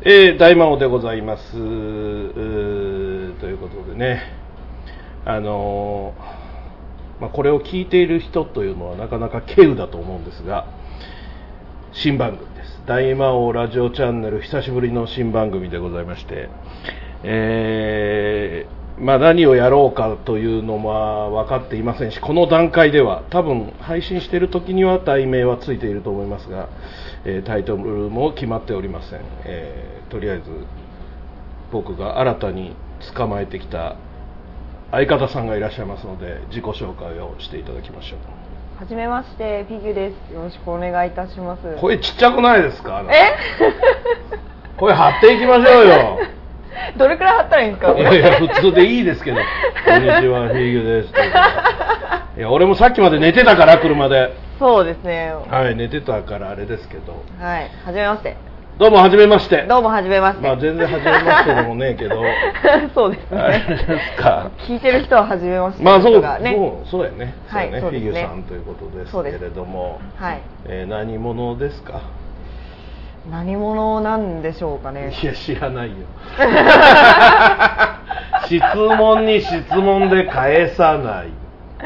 大魔王でございます。ということでね、これを聞いている人というのはなかなか稀有だと思うんですが、新番組です。大魔王ラジオチャンネル、久しぶりの新番組でございまして、何をやろうかというのは分かっていませんし、この段階では多分配信している時には題名はついていると思いますが、タイトルも決まっておりません。とりあえず僕が新たに捕まえてきた相方さんがいらっしゃいますので、自己紹介をしていただきましょう。 はじめまして、フィギュです。よろしくお願いいたします。 声ちっちゃくないですか？声張っていきましょうよ。 どれくらい張ったらいいんですか？ いや普通でいいですけど、こんにちは、フィギュです。いや俺もさっきまで寝てたから、車で。 そうですね。 はい、寝てたからあれですけど。 はい、はじめまして。 どうもはじめまして。 どうもはじめまして。 全然はじめましてでもねえけど。 そうですね。 あれですか。 聞いてる人ははじめまして。 そうやね。 はい、 フィギュさんということですけれども。 はい。 何者ですか？ 何者なんでしょうかね。 いや知らないよ。質問に質問で返さない。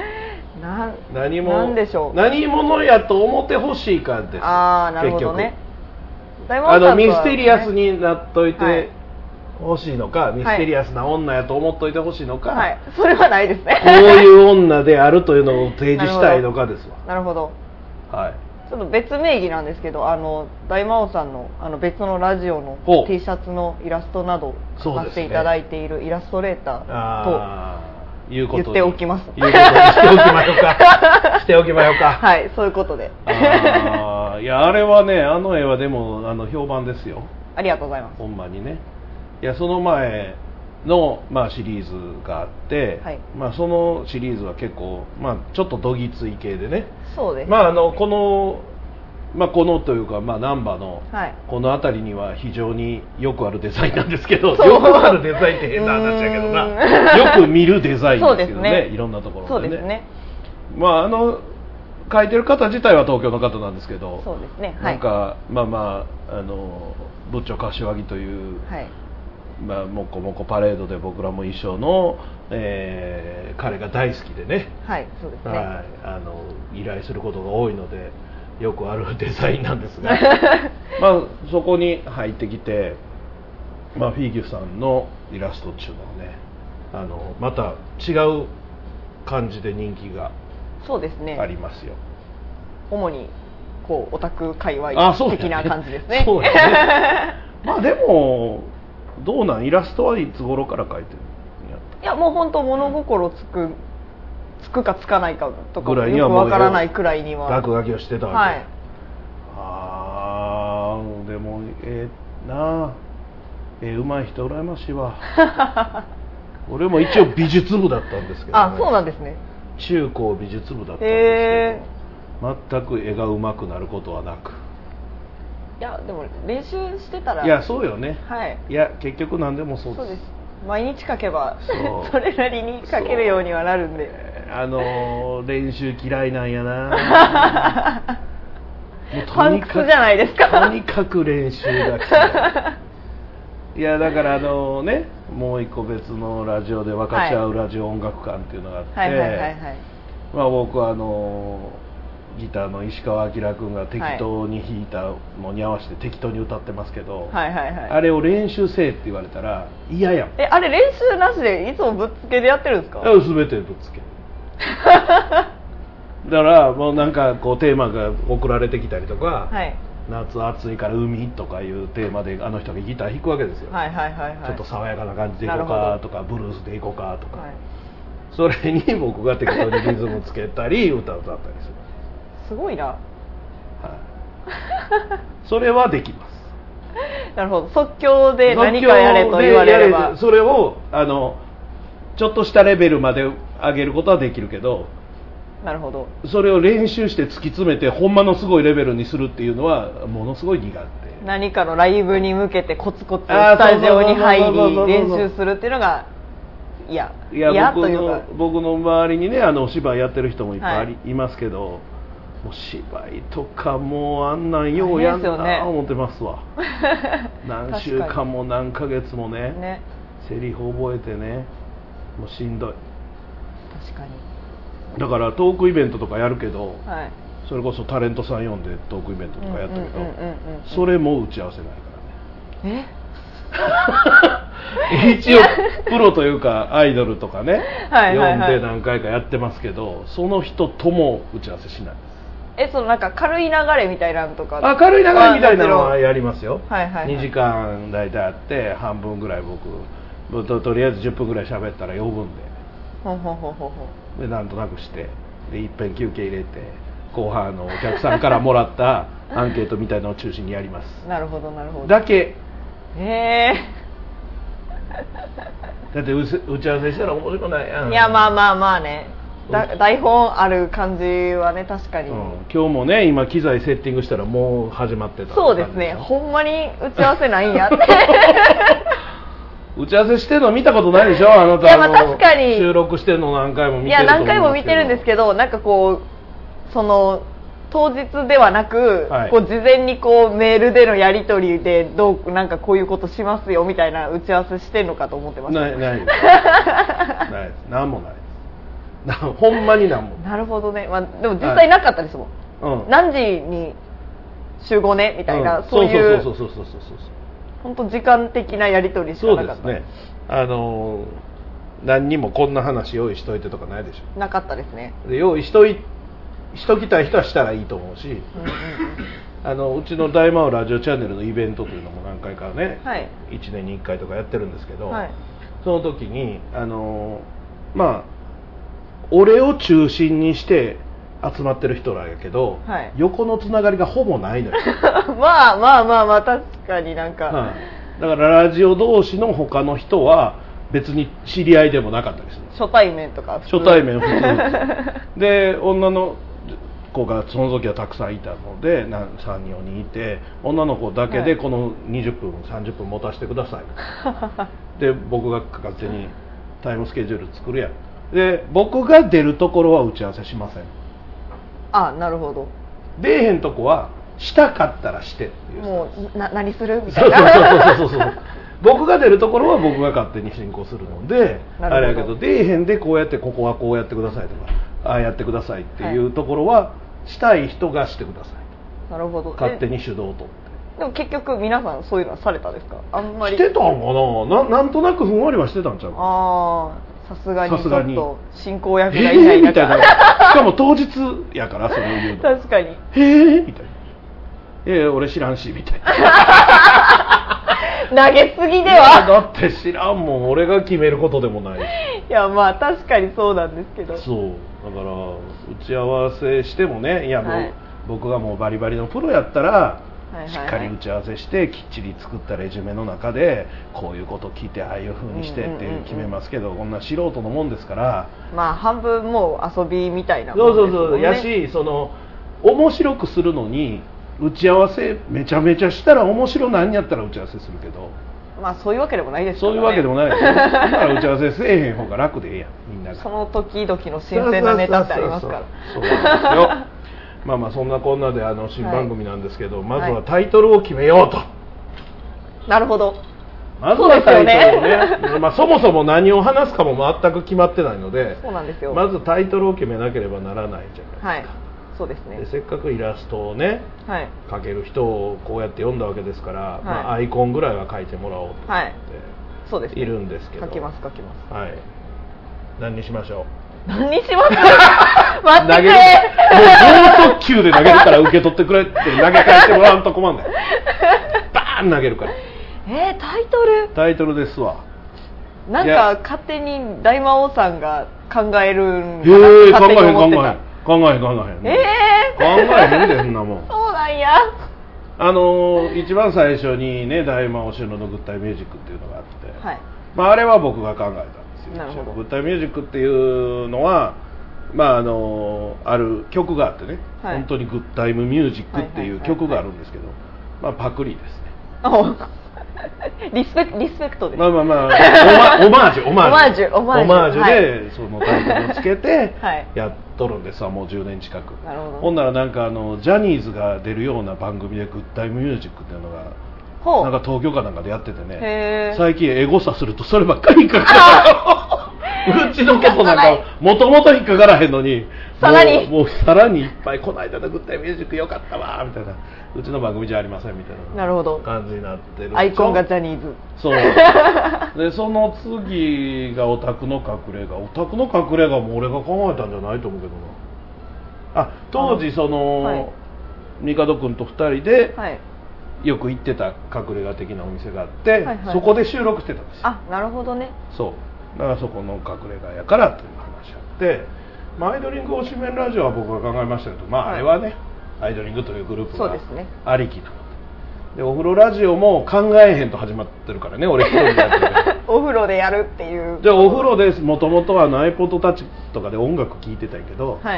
何でしょう。 何者やと思ってほしいかです。 ああ、なるほどね。 ミステリアスになっといてほしいのか、ミステリアスな女やと思っといてほしいのか、 はい、それはないですね。 こういう女であるというのを提示したいのかですわ。 なるほど。 はい。 ちょっと別名義なんですけど、大魔王さんの別のラジオの T シャツのイラストなど描かせていただいているイラストレーターと言っておきます。 しておきましょうか。しておきましょうか。 はい、そういうことで。 いやあれはね、あの絵はでも評判ですよ。 ありがとうございます。 ほんまにね。いやその前のシリーズがあって、 はい、 そのシリーズは結構ちょっとどぎつい系でね。 そうです。 このというか難波のこの辺りには非常によくあるデザインなんですけど、よくあるデザインって変な話やけどな、よく見るデザインですけど ね、いろんなところでね。 そうですね。 描いてる方自体は東京の方なんですけど、 そうですね。 なんかブッチョ柏木という、もこもこパレードで僕らも一緒の、彼が大好きでね、 はいそうですね、 依頼することが多いのでよくあるデザインなんですがそこに入ってきて、フィギュさんのイラストっていうのはね、また違う感じで人気がそうですねありますよ。 主にこうオタク界隈的な感じですね。 そうですね。でもどうなん、イラストはいつ頃から描いてる？ いやもう本当物心つくかつかないかとかよくわからないくらいには落書きをしてたわけ。 はい。 でも上手い人羨ましいわ。俺も一応美術部だったんですけど、ね、 そうなんですね。 中高美術部だったんですけど、全く絵が上手くなることはなく。 いやでも練習してたら。 いやそうよね。 はい。 いや結局何でもそうです。 そうです。毎日描けばそれなりに描けるようにはなるんで。 練習嫌いなんやな。 パンクスじゃないですか。 とにかく練習が嫌い。いやだからもう一個別のラジオで分かち合うラジオ音楽館っていうのがあって、僕はギターの石川明君が適当に弾いたのに合わせて適当に歌ってますけど、あれを練習せえって言われたら嫌やん。 あれ練習なしでいつもぶっつけでやってるんですか？ 全てぶっつけ。だからもうなんかこうテーマが送られてきたりとか、夏暑いから海とかいうテーマであの人がギター弾くわけですよ。ちょっと爽やかな感じでいこうかとか、ブルースでいこうかとか、それに僕が適当にリズムつけたり歌を歌ったりする。 すごいな。 それはできます。 なるほど。即興で何かやれと言われれば、 それをちょっとしたレベルまで上げることはできるけど、 なるほど。 それを練習して突き詰めてほんまのすごいレベルにするっていうのはものすごい苦手。 何かのライブに向けてコツコツスタジオに入り練習するっていうのが嫌。 いや僕の周りにねお芝居やってる人もいっぱいいますけど、 もう芝居とかもあんなんようやんな思ってますわ。何週間も何ヶ月もねセリフ覚えてね、もうしんどい。 確かに。 だからトークイベントとかやるけど、はい、それこそタレントさん呼んでトークイベントとかやったけど、それも打ち合わせないからね。一応プロというかアイドルとかね呼んで何回かやってますけど、その人とも打ち合わせしないです。 そのなんか軽い流れみたいなのとか。 軽い流れみたいなのはやりますよ。2時間大体あって半分ぐらい僕 とりあえず10分ぐらい喋ったら呼ぶんで、でなんとなくしてでいっぺん休憩入れて後半お客さんからもらったアンケートみたいなのを中心にやります。 なるほどなるほど。 だけだって打ち合わせしたら面白くないやん。 いやまあね、台本ある感じはね確かに、 今日もね今機材セッティングしたらもう始まってた。 そうですね、ほんまに打ち合わせないんやって打ち合わせしてるの見たことないでしょあなた。 いやまあ確かに収録してるの何回も見てると思うんですけど。いや何回も見てるんですけど、なんかこうその当日ではなく、こう事前にこうメールでのやり取りでなんかこういうことしますよみたいな打ち合わせしてんのかと思ってました。 ないですないです何もないです。ほんまに何も。 なるほどね。まあでも実際なかったですもん。何時に集合ねみたいな、そういう本当時間的なやり取りしかなかった。 そうですね。何にもこんな話用意しといてとかないでしょ。 なかったですね。 で用意しときたい人はしたらいいと思うし、うちの大魔王ラジオチャンネルのイベントというのも何回かね、1年に1回とかやってるんですけど、その時にまあ俺を中心にして集まってる人らやけど、横のつながりがほぼないのよ。 まあ確かになんか、 だからラジオ同士の他の人は別に知り合いでもなかったりする。 初対面とか初対面普通で女の子がその時はたくさんいたので3人4人いて、女の子だけでこの20分30分持たせてくださいで僕が勝手にタイムスケジュール作るやん。で僕が出るところは打ち合わせしません。 なるほど。 出えへんとこはしたかったらしてっていう。 もう何するみたいな。そう僕が出るところは僕が勝手に進行するのであれやけど、出えへんでこうやってここはこうやってくださいとかああやってくださいっていうところはしたい人がしてください。 なるほど。 勝手に主導を取って。 でも結局皆さんそういうのはされたですか？あんまりしてたんかな。なんとなくふんわりはしてたんちゃうか。 さすがにちょっと進行役がいないみたいな。しかも当日やからそれを言うの。 確かに。 みたいな。俺知らんしみたいな。 投げすぎでは。 だって知らんもん。俺が決めることでもない。 いやまあ確かにそうなんですけど。 そうだから打ち合わせしてもね、いやもう、僕がもうバリバリのプロやったらしっかり打ち合わせしてきっちり作ったレジュメの中でこういうこと聞いてああいう風にしてって決めますけど、こんな素人のもんですから。 まあ半分もう遊びみたいなもんですもんね。やしその面白くするのに打ち合わせめちゃめちゃしたら面白なんやったら打ち合わせするけど、 まあそういうわけでもないですからね。 そういうわけでもないですよ。だから打ち合わせせえへん方が楽でええやんみんなが。 その時々の新鮮なネタってありますから。 そうなんですよ。まあそんなこんなで新番組なんですけど、まずはタイトルを決めようと。 なるほど。 まずはタイトルをね。まあそもそも何を話すかも全く決まってないので、 そうなんですよ。 まずタイトルを決めなければならないじゃないですか。 そうですね。 でせっかくイラストをね、描ける人をこうやって読んだわけですから、まあアイコンぐらいは描いてもらおうと思っているんですけど。 描きます。 はい。何にしましょう。 何にします待ってくれ。 もう剛速球で投げるから受け取ってくれって投げ返してもらわんと困んない。バーン投げるから。タイトルですわ。 なんか勝手に大魔王さんが考えるんかな。考えへん。考えへんでそんなもん。 そうなんや。 一番最初にね大魔王収納のグッタイミュージックっていうのがあって、まああれは僕が考えたんですよ。グッタイミュージックっていうのはまあある曲があってね、本当にグッタイムミュージックっていう曲があるんですけど、まあパクリですね。 リスペクトでまあオマージュで、はい、そのタイトルをつけてやっとるんですわ、もう10年近く。 なるほど。 ほんならなんかジャニーズが出るような番組でグッタイムミュージックっていうのがなんか東京かなんかでやっててね、最近エゴサするとそればっかり引っかかるうちのことなんかもともと引っかからへんのにさらにいっぱい、この間のグッタイムミュージックよかったわみたいな、うちの番組じゃありませんみたいな感じになってる。 アイコンがジャニーズ。 そうで、その次がオタクの隠れ家。オタクの隠れ家も俺が考えたんじゃないと思うけどな。当時その帝君と2人で、はい、よく行ってた隠れ家的なお店があって、はいはい、そこで収録してたんですよ。 なるほどね。 そうだからそこの隠れ家やからという話あって、アイドリング推しメンラジオは僕が考えましたけど、あれはね、アイドリングというグループがありきなので、お風呂ラジオも考えへんと始まってるからね、俺一人でやってるからお風呂でやるっていう。 でお風呂でもともとはiPod Touchとかで音楽聴いてたんやけど、はい、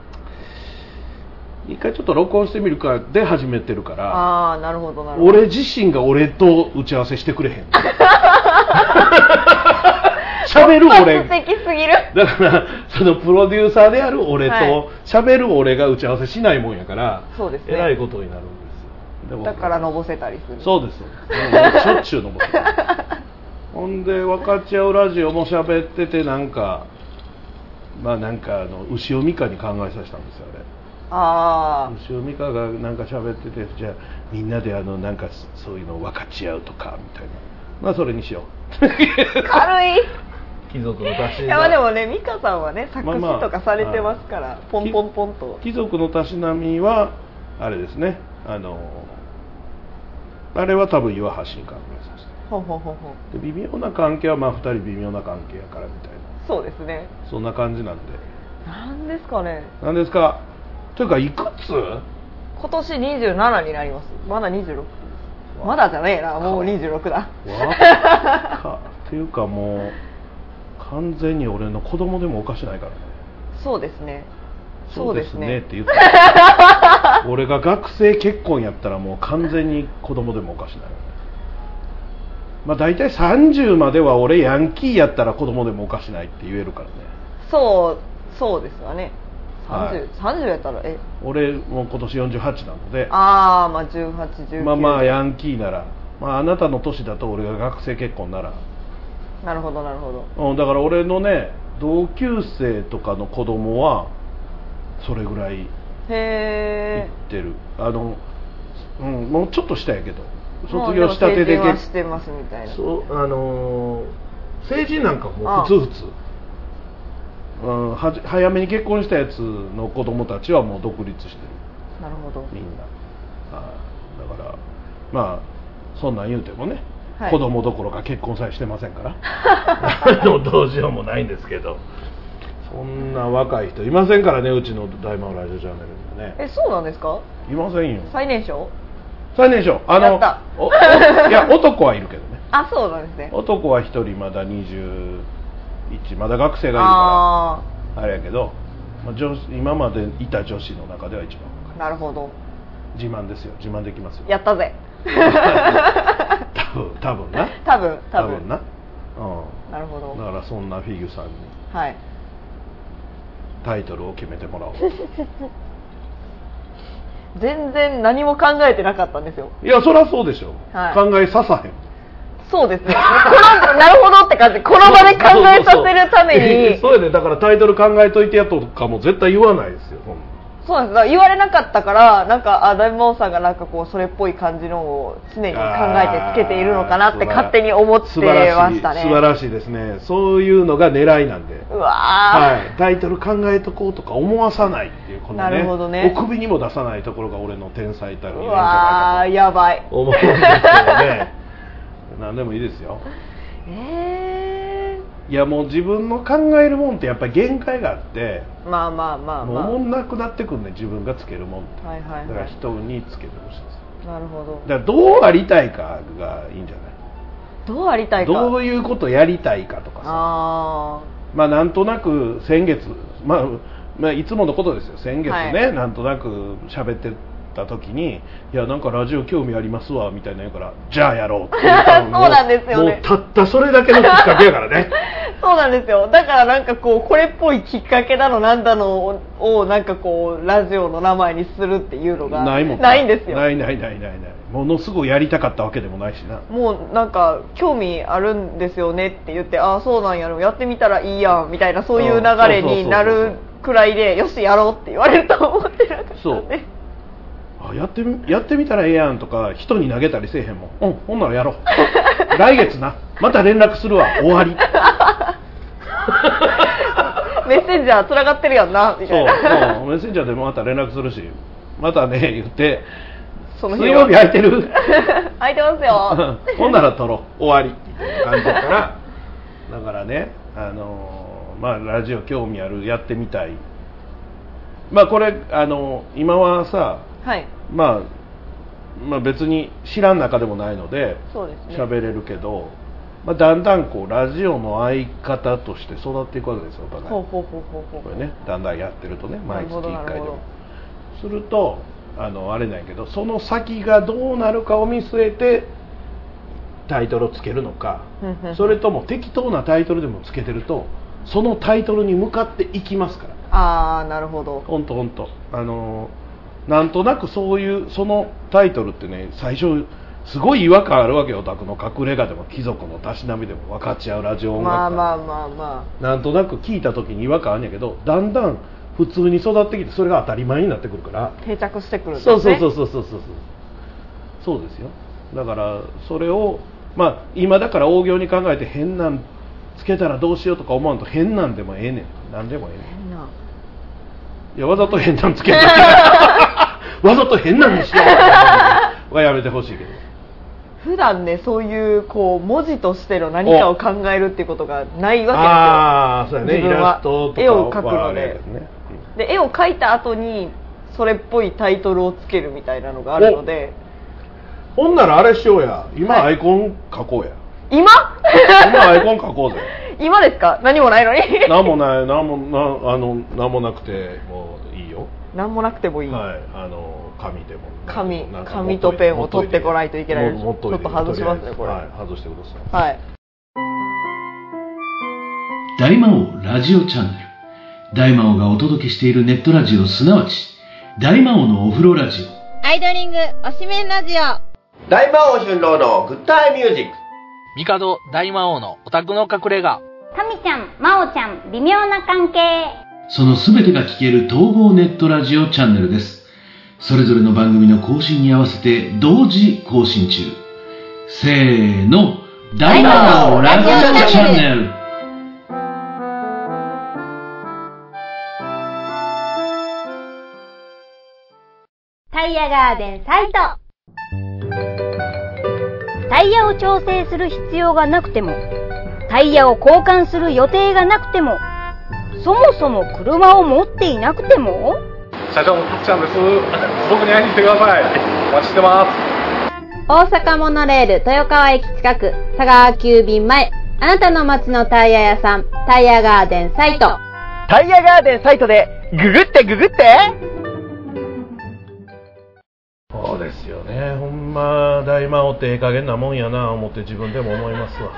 一回ちょっと録音してみるかで始めてるから、 なるほど俺自身が俺と打ち合わせしてくれへん喋る俺的すぎる。 だからそのプロデューサーである俺と喋る俺が打ち合わせしないもんやから、 そうですね、 えらいことになるんですよ。 だからのぼせたりする。 そうですしょっちゅうのぼせたりほんで分かち合うラジオも喋ってて、なんか牛尾美香に考えさせたんですよあれ。牛尾美香がなんか喋ってて、じゃあみんなでなんかそういうのを分かち合うとかみたいな、それにしよう軽い貴族のたしなみ。 いやでもね、美香さんはね、作詞とかされてますから、ポンポンポンと。 貴族のたしなみはあれですね、あれは多分岩橋に考えさせて、で微妙な関係は2人微妙な関係やからみたいな。 そうですね、 そんな感じなんで。 なんですかね。 なんですかというか、いくつ？ 今年27になります。まだ26。まだじゃねえな、もう26だっていうか、もう完全に俺の子供でもおかしないからね。 そうですね、 そうですねって言って俺が学生結婚やったらもう完全に子供でもおかしない。大体30までは俺ヤンキーやったら子供でもおかしないって言えるからね。 そうですよね。30やったら俺も今年48なので、 18、19、 ヤンキーなら、あなたの年だと俺が学生結婚なら。 なるほどなるほど。 だから俺のね、同級生とかの子供はそれぐらい行ってる。もうちょっと下やけど、卒業したてでしてますみたいな。 成人なんかも普通、早めに結婚したやつの子供たちはもう独立してる。 なるほど。 みんなだからそんなん言うてもね、はい、子供どころか結婚さえしてませんからどうしようもないんですけど、そんな若い人いませんからね、うちの大魔王ラジオチャンネルにはね。 そうなんですか？ いませんよ。 最年少やったいや男はいるけどね。 そうなんですね。 男は一人まだ21、まだ学生がいるからあれやけど、今までいた女子の中では一番若い。 なるほど。 自慢ですよ。自慢できますよ。 やったぜ多分な。 多分な。なるほど。 だからそんなフィギュさんにタイトルを決めてもらおう全然何も考えてなかったんですよ。 いや、そりゃそうでしょ、考えささへん。 そうですねなるほどって感じ。この場で考えさせるためにそうやね。だからタイトル考えといてやとかも絶対言わないですよ。 そうなんです。言われなかったから、なんか大魔王さんがなんかこうそれっぽい感じのを常に考えてつけているのかなって勝手に思ってましたね。 素晴らしいですね。そういうのが狙いなんで。タイトル考えとこうとか思わさないっていう、このね、 なるほどね、 お首にも出さないところが俺の天才たるやばい思うんですけどね何でもいいですよ。いや、もう自分の考えるもんってやっぱり限界があって、もう思んなくなってくるね、自分がつけるもんって、だから人につけてほしいです。 なるほど。 だからどうありたいかがいいんじゃない？ どうありたいか、 どういうことやりたいかとかさ、なんとなく先月、いつものことですよ。先月ね、なんとなく喋ってった時にいやなんかラジオ興味ありますわみたいな言うからじゃあやろうって言ったのそうなんですよね。 もうたったそれだけのきっかけやからねそうなんですよ。だからなんかこうこれっぽいきっかけだのなんだのをなんかこうラジオの名前にするっていうのがないんですよ。 ないものすごいやりたかったわけでもないしな。 もうなんか興味あるんですよねって言ってああそうなんやろやってみたらいいやんみたいなそういう流れになるくらいでよしやろうって言われると思ってなかったんで。 あやってみたらええやんとか人に投げたりせえへんもん。ほんならやろう来月なまた連絡するわ終わりメッセンジャーつながってるやんなみたいな。 そうメッセンジャーでもまた連絡するしまたね言ってその水曜日空いてる空いてますよほんなら撮ろう終わりみたいな感じだからだからねまあラジオ興味あるやってみたいまあこれ今はさ、はい、まあ別に知らん中でもないので喋れるけど、まあ、だんだんこうラジオの相方として育っていくわけですよお互いこれねだんだんやってるとね毎月1回でもするとあれなんやけどその先がどうなるかを見据えてタイトルをつけるのかそれとも適当なタイトルでもつけてるとそのタイトルに向かっていきますから。 ああなるほど。 ほんとなんとなくそういうそのタイトルってね最初すごい違和感あるわけよ。オタクの隠れ家でも貴族のたしなみでも分かち合うラジオ音楽会なんとなく聞いた時に違和感あるんやけどだんだん普通に育ってきてそれが当たり前になってくるから定着してくるんですね。 そうですよ。だからそれをまあ今だから大行に考えて変なんつけたらどうしようとか思わんと変なんでもええねん何でもええねんいやわざと変なんつけたわざと変なんにしようはやめてほしいけど普段ねそういうこう文字としての何かを考えるっていうことがないわけですよ。 ああそうやね。イラストとか絵を描くので、で絵を描いた後にそれっぽいタイトルをつけるみたいなのがあるのでほんならあれしようや今アイコン描こうや。 今アイコン描こうぜ今ですか。何もないのに何もなくてもいいよ。 何もなくてもいい。 はい紙でも紙とペンを取ってこないといけない。ちょっと外しますねこれ。 はい外してください。 はい。 大魔王ラジオチャンネル。大魔王がお届けしているネットラジオすなわち大魔王のお風呂ラジオアイドリングおしめんラジオ大魔王春郎のグッタイミュージック帝大魔王のオタクの隠れ家神ちゃん、魔王ちゃん、微妙な関係そのすべてが聞ける統合ネットラジオチャンネルです。それぞれの番組の更新に合わせて同時更新中。せーの大魔王ラジオチャンネル。 タイヤガーデンサイト。タイヤを調整する必要がなくてもタイヤを交換する予定がなくてもそもそも車を持っていなくても社長のたくちゃんです。僕に会いに来てください。お待ちしてます。 大阪モノレール豊川駅近く佐川急便前あなたの街のタイヤ屋さんタイヤガーデンサイト。 タイヤガーデンサイトでググってそうですよね。ほんま大魔王ってええ加減なもんやな思って自分でも思いますわ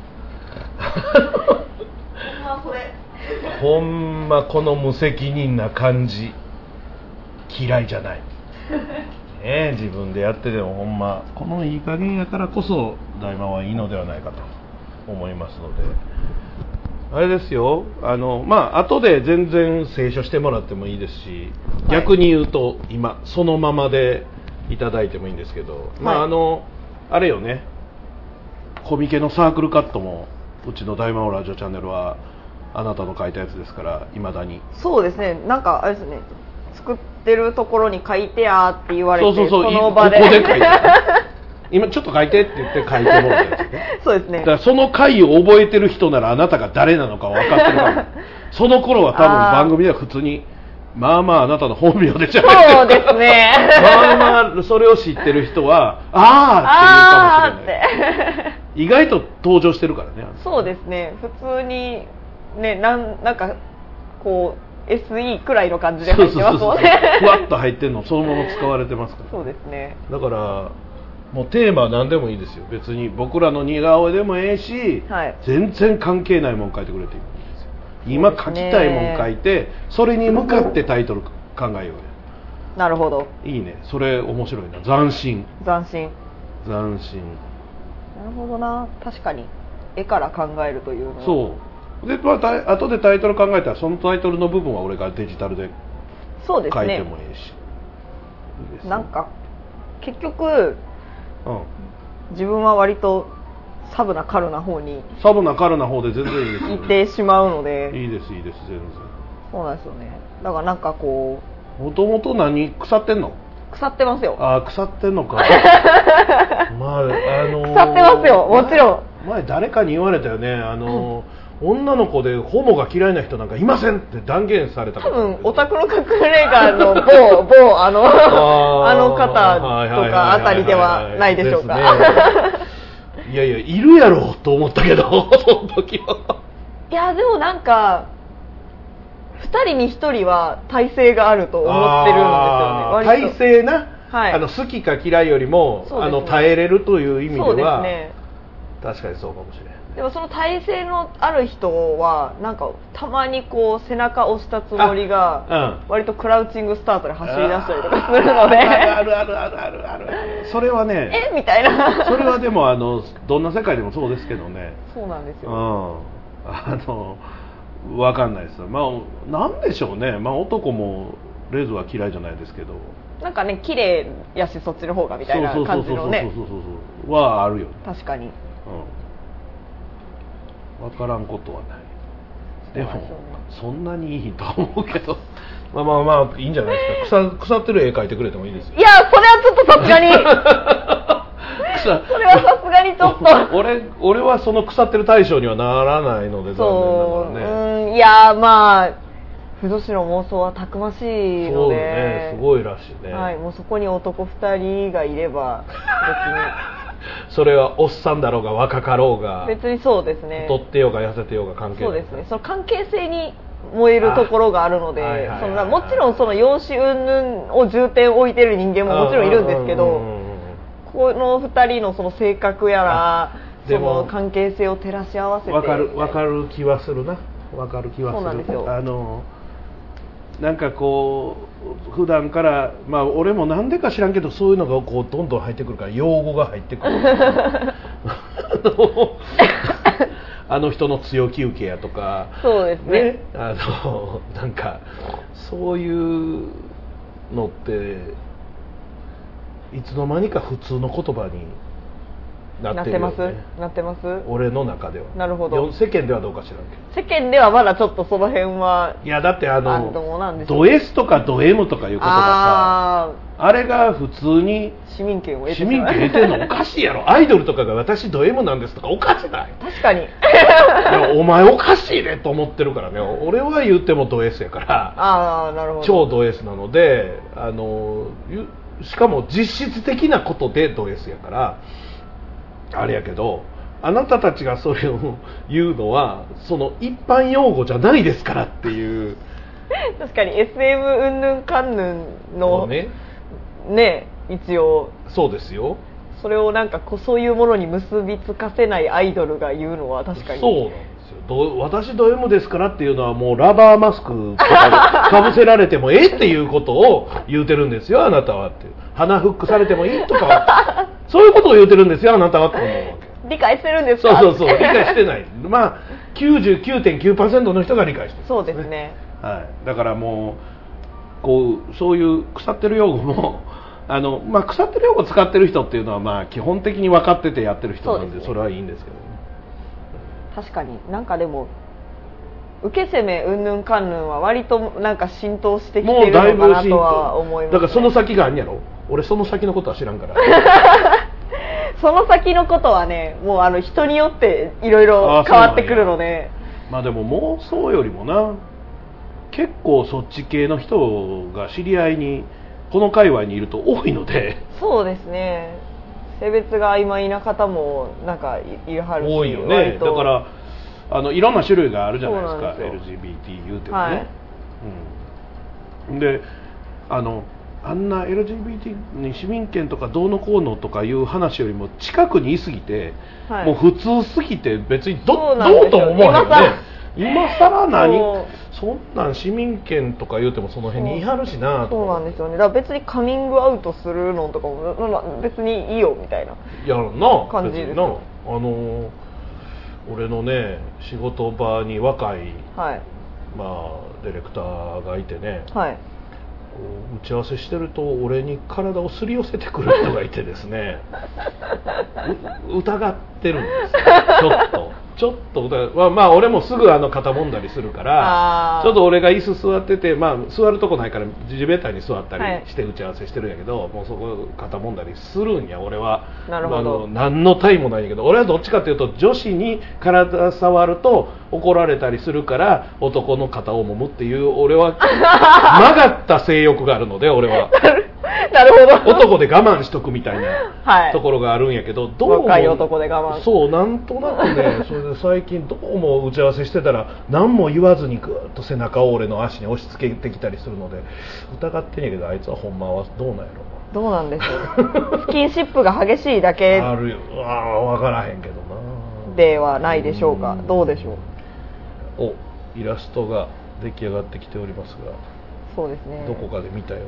ほんまこの無責任な感じ嫌いじゃないね。自分でやっててもほんまこのいい加減やからこそ大魔王はいいのではないかと思いますのであれですよ。後で全然清書してもらってもいいですし、逆に言うと今そのままでいただいてもいいんですけど、あれよね、コミケのサークルカットもうちの大魔王ラジオチャンネルはあなたの書いたやつですから未だに。 そうですね。なんかあれですね、作ってるところに書いてやって言われて、 そうその場でここで書いて今ちょっと書いてって言って書いてもらったやつねそうですね。 だからその回を覚えてる人ならあなたが誰なのか分かってるかもその頃は多分番組では普通にあなたの本名でしゃべってる。 そうですねそれを知ってる人はあーって言うかもしれない意外と登場してるからね。 そうですね。普通にね、なんかこう SE くらいの感じで入ってますもんね。 ふわっと入ってんのそのまま使われてますから、 そうですね。 だからもうテーマは何でもいいですよ。別に僕らの似顔絵でもええし、はい、全然関係ないもん書いてくれていいんですよ。今書きたいもん書いて、それに向かってタイトル考えようよ。 なるほど。 いいね、それ面白いな。斬新。 斬新。 斬新。 なるほどな。確かに絵から考えるというのは。 そうで、まあ、後でタイトル考えたらそのタイトルの部分は俺がデジタルで書いてもいいし、いいですね。なんか結局、自分は割とサブなカルな方にサブなカルな方で全然いいですよ、ね、 行ってしまうので。 いいですいいです全然。 そうなんですよね。だからなんかこうもともと何腐ってんの？ 腐ってますよ。 ああ腐ってんのか。まあ腐ってますよもちろん。 前誰かに言われたよね、女の子でホモが嫌いな人なんかいませんって断言されたから。 多分オタクの隠れ家の某あの方とかあたりではないでしょうか。 いやいやいるやろと思ったけどその時は。 いやでもなんか2人に1人は耐性があると思ってるんですよね。 耐性な、はい、好きか嫌いよりも、ね、耐えれるという意味ではそうですね。確かにそうかもしれない。 でもその耐性のある人はなんかたまにこう背中押したつもりが割とクラウチングスタートで走り出したりとかするので、 あるあるあるあるある。それはねみたいな。 それはでもどんな世界でもそうですけどね。 そうなんですよ。 わかんないです。まあなんでしょうね。まあ男もレズは嫌いじゃないですけど。 なんかね綺麗やしそっちの方がみたいな感じのね。 そうはあるよね。 確かに。 分からんことはない。でもそんなにいいと思うけどまあいいんじゃないですか。腐ってる絵描いてくれてもいいですよ。 いやそれはちょっとさすがにそれはさすがにちょっと俺はその腐ってる対象にはならないので残念ながらね。いやまあ不女子の妄想はたくましいので、 ね、すごいらしいね。 はい、もうそこに男2人がいれば別にそれはおっさんだろうが若かろうが別にそうですね。 太ってようが痩せてようが関係ない。 そうですね。その関係性に燃えるところがあるので、もちろんその容姿云々を重点を置いてる人間ももちろんいるんですけど、この2人のその性格やらその関係性を照らし合わせてわかる気はするな。わかる気はする。 そうなんですよ。 なんかこう普段からまあ俺もなんでか知らんけどそういうのがこうどんどん入ってくるから用語が入ってくるあの人の強気受けやとかそうですね。 なんかそういうのっていつの間にか普通の言葉になってるよね。 なってます俺の中では。 なるほど。 世間ではどうか知らんけど。世間ではまだちょっとその辺はいやだってド S とかド M とかいう言葉さあれが普通に市民権を得てるのおかしいやろ。アイドルとかが私ド M なんですとかおかしない。 確かに。いやお前おかしいねと思ってるからね。俺は言ってもド S やからなるほど。 超ド S なのでしかも実質的なことでド S やからあれやけど、あなたたちがそれを言うのはその一般用語じゃないですからっていう確かに SM うんぬんかんぬんのね一応そうですよ。 それをなんかそういうものに結びつかせないアイドルが言うのは確かにそうなんですよ。私ド M ですからっていうのはもうラバーマスクとかかぶせられてもっていうことを言うてるんですよあなたはっていう。鼻フックされてもいいとかそういうことを言うてるんですよあなたはって思うわけ。 理解してるんですか。 そう理解してないまあ 99.9% の人が理解してるんですね。 そうですね、 はい、だからもうそういう腐ってる用語も腐ってる用語使ってる人っていうのはまあ基本的に分かっててやってる人なんでそれはいいんですけどね。 確かになんかでも受け攻めうんぬんかんぬんは割となんか浸透してきてるのかなとは思いますね。 だからその先があるんやろ。俺その先のことは知らんからその先のことはねもう人によっていろいろ変わってくるのでまあでも妄想よりもな結構そっち系の人が知り合いにこの界隈にいると多いので。 そうですね。性別が曖昧な方もなんかいるはるし多いよね。だからいろんな種類があるじゃないですか。LGBT 言うてもね、 であんな LGBT に市民権とかどうのこうのとかいう話よりも近くにいすぎて、はい、もう普通すぎて別にどうとも思わへんよね。今更そんなん市民権とか言うてもその辺にいはるしなと。 そうなんですよね。だから別にカミングアウトするのとかも別にいいよみたいな感じですよ。俺のね仕事場に若い、はい、ディレクターがいてね、はい、打ち合わせしてると俺に体をすり寄せてくる人がいてですね疑ってるんですよ。ちょっと俺もすぐ肩もんだりするからちょっと俺が椅子座ってて、座るとこないから地べたに座ったりして打ち合わせしてるんやけど、はい、もうそこ肩もんだりするんや俺は。なるほど。何のタイもないんやけど、俺はどっちかというと女子に体触ると怒られたりするから男の肩を揉むっていう俺は曲がった性欲があるので俺はなるほど。 男で我慢しとくみたいなところがあるんやけど、どうも若い男で我慢。 そうなんとなくねそれで最近どうも打ち合わせしてたら何も言わずにぐーっと背中を俺の足に押し付けてきたりするので疑ってんやけど、あいつはほんまはどうなんやろな。 どうなんでしょう。スキンシップが激しいだけあるよ。分からへんけどな。 ではないでしょうか。どうでしょう。イラストが出来上がってきておりますが、 そうですね。 どこかで見たような。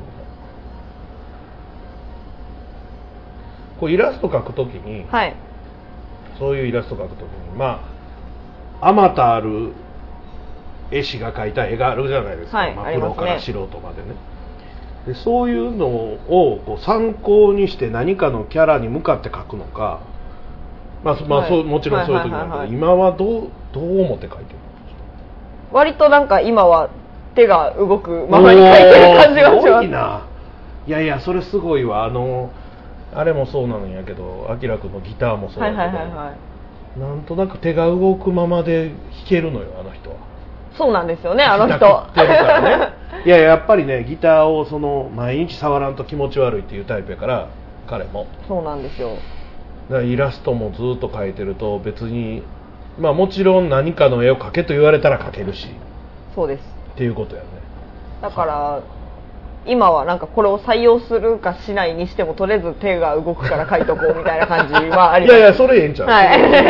こうイラスト描くときに、はい、そういうイラスト描くときにあまたある絵師が描いた絵があるじゃないですか、はい、プロから素人までね。でそういうのをこう参考にして何かのキャラに向かって描くのか、はい、もちろんそういう時なんだけど、今はどう思って描いてるの？ 割となんか今は手が動くままに描いてる感じがします。すごいな。 いやいやそれすごいわ。あれもそうなんやけど、あきらくんのギターもそうだけど、なんとなく手が動くままで弾けるのよ、あの人は。 そうなんですよね、あの人。 いややっぱりね、ギターを毎日触らんと気持ち悪いっていうタイプやから、彼も。 そうなんですよ。だからイラストもずっと描いてると別に、もちろん何かの絵を描けと言われたら描けるし。 そうです。 っていうことやね。 だから。今はなんかこれを採用するかしないにしてもとりあえず手が動くから書いとこうみたいな感じはあります。 いやいやそれええんちゃう、はい、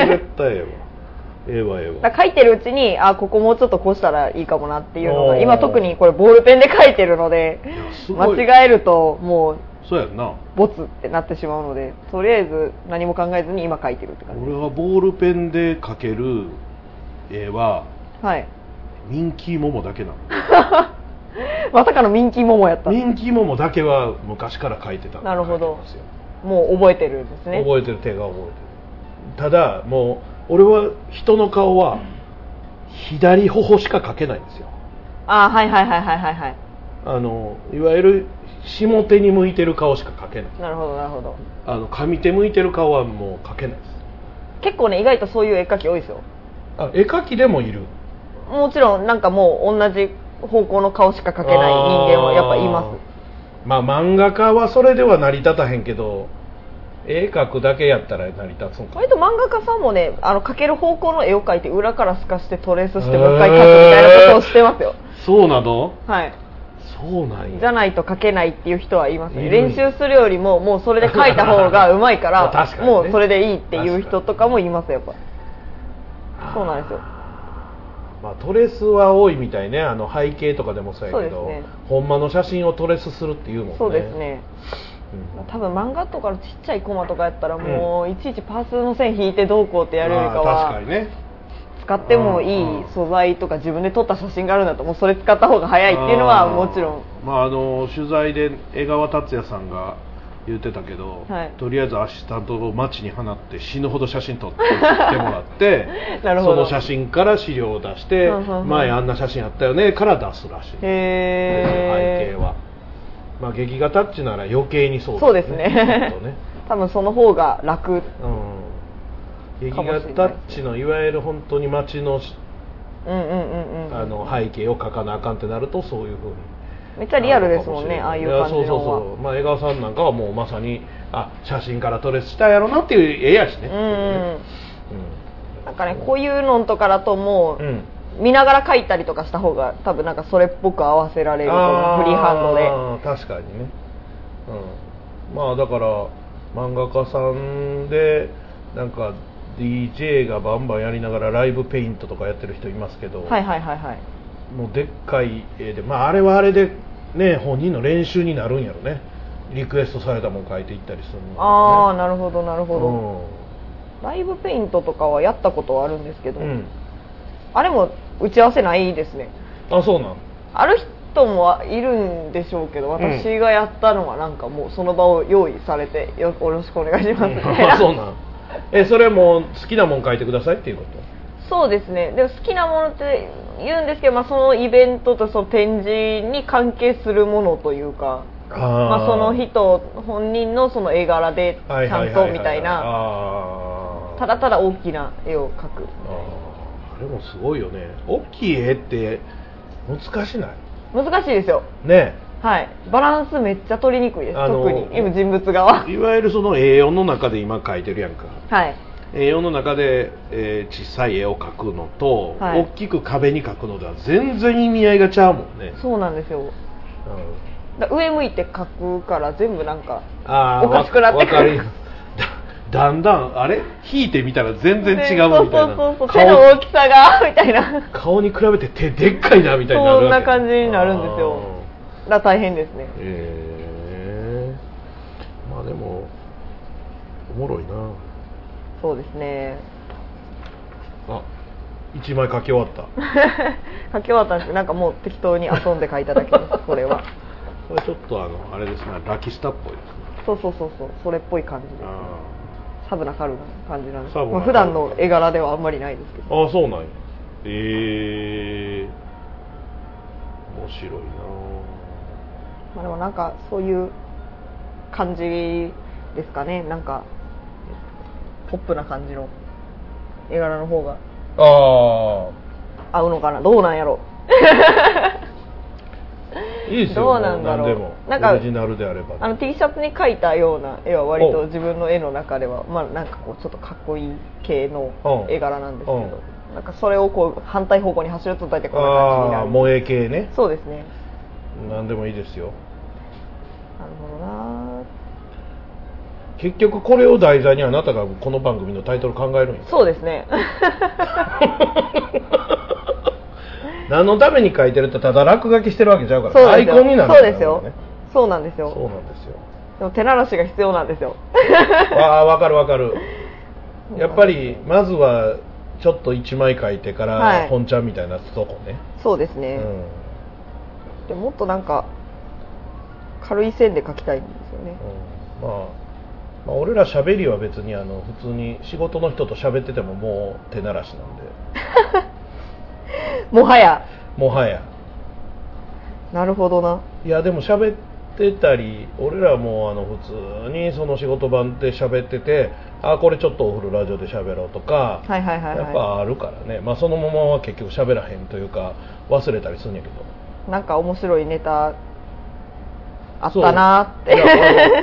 絶対ええわだ書いてるうちにここもうちょっとこうしたらいいかもなっていうのが今特にこれボールペンで書いてるので間違えるともうそうやんなボツってなってしまうのでとりあえず何も考えずに今書いてるって感じ。 俺はボールペンで描ける絵は、はい、ミンキーモモだけなの。 まさかのミンキーモモやった。 ミンキーモモだけは昔から描いてた。 なるほど。もう覚えてるんですね。 覚えてる、手が覚えてる。ただもう俺は人の顔は左頬しか描けないんですよ。 はいいわゆる下手に向いてる顔しか描けない。 なるほどなるほど。 上手向いてる顔はもう描けないです。 結構ね意外とそういう絵描き多いですよ。 絵描きでもいる。 もちろんなんかもう同じ方向の顔しか描けない人間はやっぱいます。 漫画家はそれでは成り立たへんけど絵描くだけやったら成り立つのか。 割と漫画家さんもね描ける方向の絵を描いて裏から透かしてトレースしてもう一回描くみたいなことをしてますよ。 そうなの？ はい。 そうなんや。 じゃないと描けないっていう人はいますね。練習するよりももうそれで描いた方がうまいから確かに、ね、もうそれでいいっていう人とかもいますやっぱ。そうなんですよ。 トレスは多いみたいね。背景とかでもそうやけど、ね、ほんまの写真をトレスするっていうもんね。 そうですね、多分漫画とかのちっちゃいコマとかやったらもういちいちパースの線引いてどうこうってやるよりかは、 確かにね、 使ってもいい素材とか自分で撮った写真があるんだともうそれ使った方が早いっていうのはもちろん。 取材で江川達也さんが言ってたけど、はい、とりあえずアシスタントを街に放って死ぬほど写真撮ってもらってその写真から資料を出して前あんな写真あったよねから出すらしい。背景は、劇画タッチなら余計にそうですね。 ね多分その方が楽、 劇画タッチのいわゆる本当に街の背景を描かなあかんってなるとそういう風にめっちゃリアルですもんね、ああいう感じのは。 そう江川さんなんかはもうまさに写真からトレスしたやろなっていう絵やしね。 なんかねこういうのとかだともう、 見ながら描いたりとかした方が多分なんかそれっぽく合わせられると思う、フリーハンドで。 確かにね、まあだから漫画家さんでなんか DJ がバンバンやりながらライブペイントとかやってる人いますけど、もうでっかい絵で、まああれはあれでね、本人の練習になるんやろね。リクエストされたもん書いていったりするの、ね、 ああ、なるほどなるほど、ライブペイントとかはやったことはあるんですけど、あれも打ち合わせないですね。 あ、そうなん。 ある人もいるんでしょうけど、私がやったのはなんかもうその場を用意されて、よろしくお願いしますみたいな。 あ、そうなん。それも好きなもん書いてくださいっていうこと？ そうですね。でも好きなものって言うんですけど、まあ、そのイベントとその展示に関係するものというか、まあ、その人本人のその絵柄でちゃんとみたいな、ただただ大きな絵を描く。 あれもすごいよね。大きい絵って難しない？ 難しいですよね。 はい、バランスめっちゃ取りにくいです。特に今人物側、 いわゆるその A4 の中で今描いてるやんか。 はい、 A4 の中で、小さい絵を描くのと、大きく壁に描くのでは全然意味合いがちゃうもんね。 そうなんですよ、上向いて描くから全部なんかおかしくなってくる。 だんだんあれ引いてみたら全然違うみたいな。 そう手の大きさがみたいな。 顔に比べて手でっかいなみたいになる。 そんな感じになるんですよ。だから大変ですね。 まあでもおもろいな。 そうですね。 あ、1枚書き終わった。 書き終わったんですけど、なんかもう適当に遊んで書いただけですこれは。 これちょっとあれですね、ラキスタっぽいですね。 そうそれっぽい感じです、ね。サブなカルな感じなんです。まあ、普段の絵柄ではあんまりないですけど。 ああ、そうなんや。面白いな。 まあでもなんかそういう感じですかね。なんかポップな感じの絵柄の方が合うのかな。どうなんやろ。 いいですよ。 どうなんだろう。 何でもなんかオリジナルであれば、 ね、T シャツに描いたような絵は割と自分の絵の中ではまあなんかこうちょっとかっこいい系の絵柄なんですけど、なんかそれをこう反対方向に走ると大体こんな感じになる。 萌え系ね。 そうですね。 何でもいいですよ。 なるほどな。 結局これを題材にあなたがこの番組のタイトル考えるんや。 そうですね。 何のために書いてるってただ落書きしてるわけちゃうから、アイコンになるから、ね、 そうですよ。そうなんですよ。 そうなんですよ。 でも手慣らしが必要なんですよ。 わかる。やっぱりまずはちょっと1枚書いてから本ちゃんみたいなとこね。 そうですね。でもっとなんか軽い線で書きたいんですよね。 まあ俺ら喋りは別に普通に仕事の人と喋っててももう手慣らしなんで。 もはやなるほどな。 いやでも喋ってたり、俺らも普通にその仕事場で喋ってて、これちょっとお風呂ラジオで喋ろうとか、やっぱあるからね。まあそのままは結局喋らへんというか忘れたりするんやけど、 なんか面白いネタあったなって。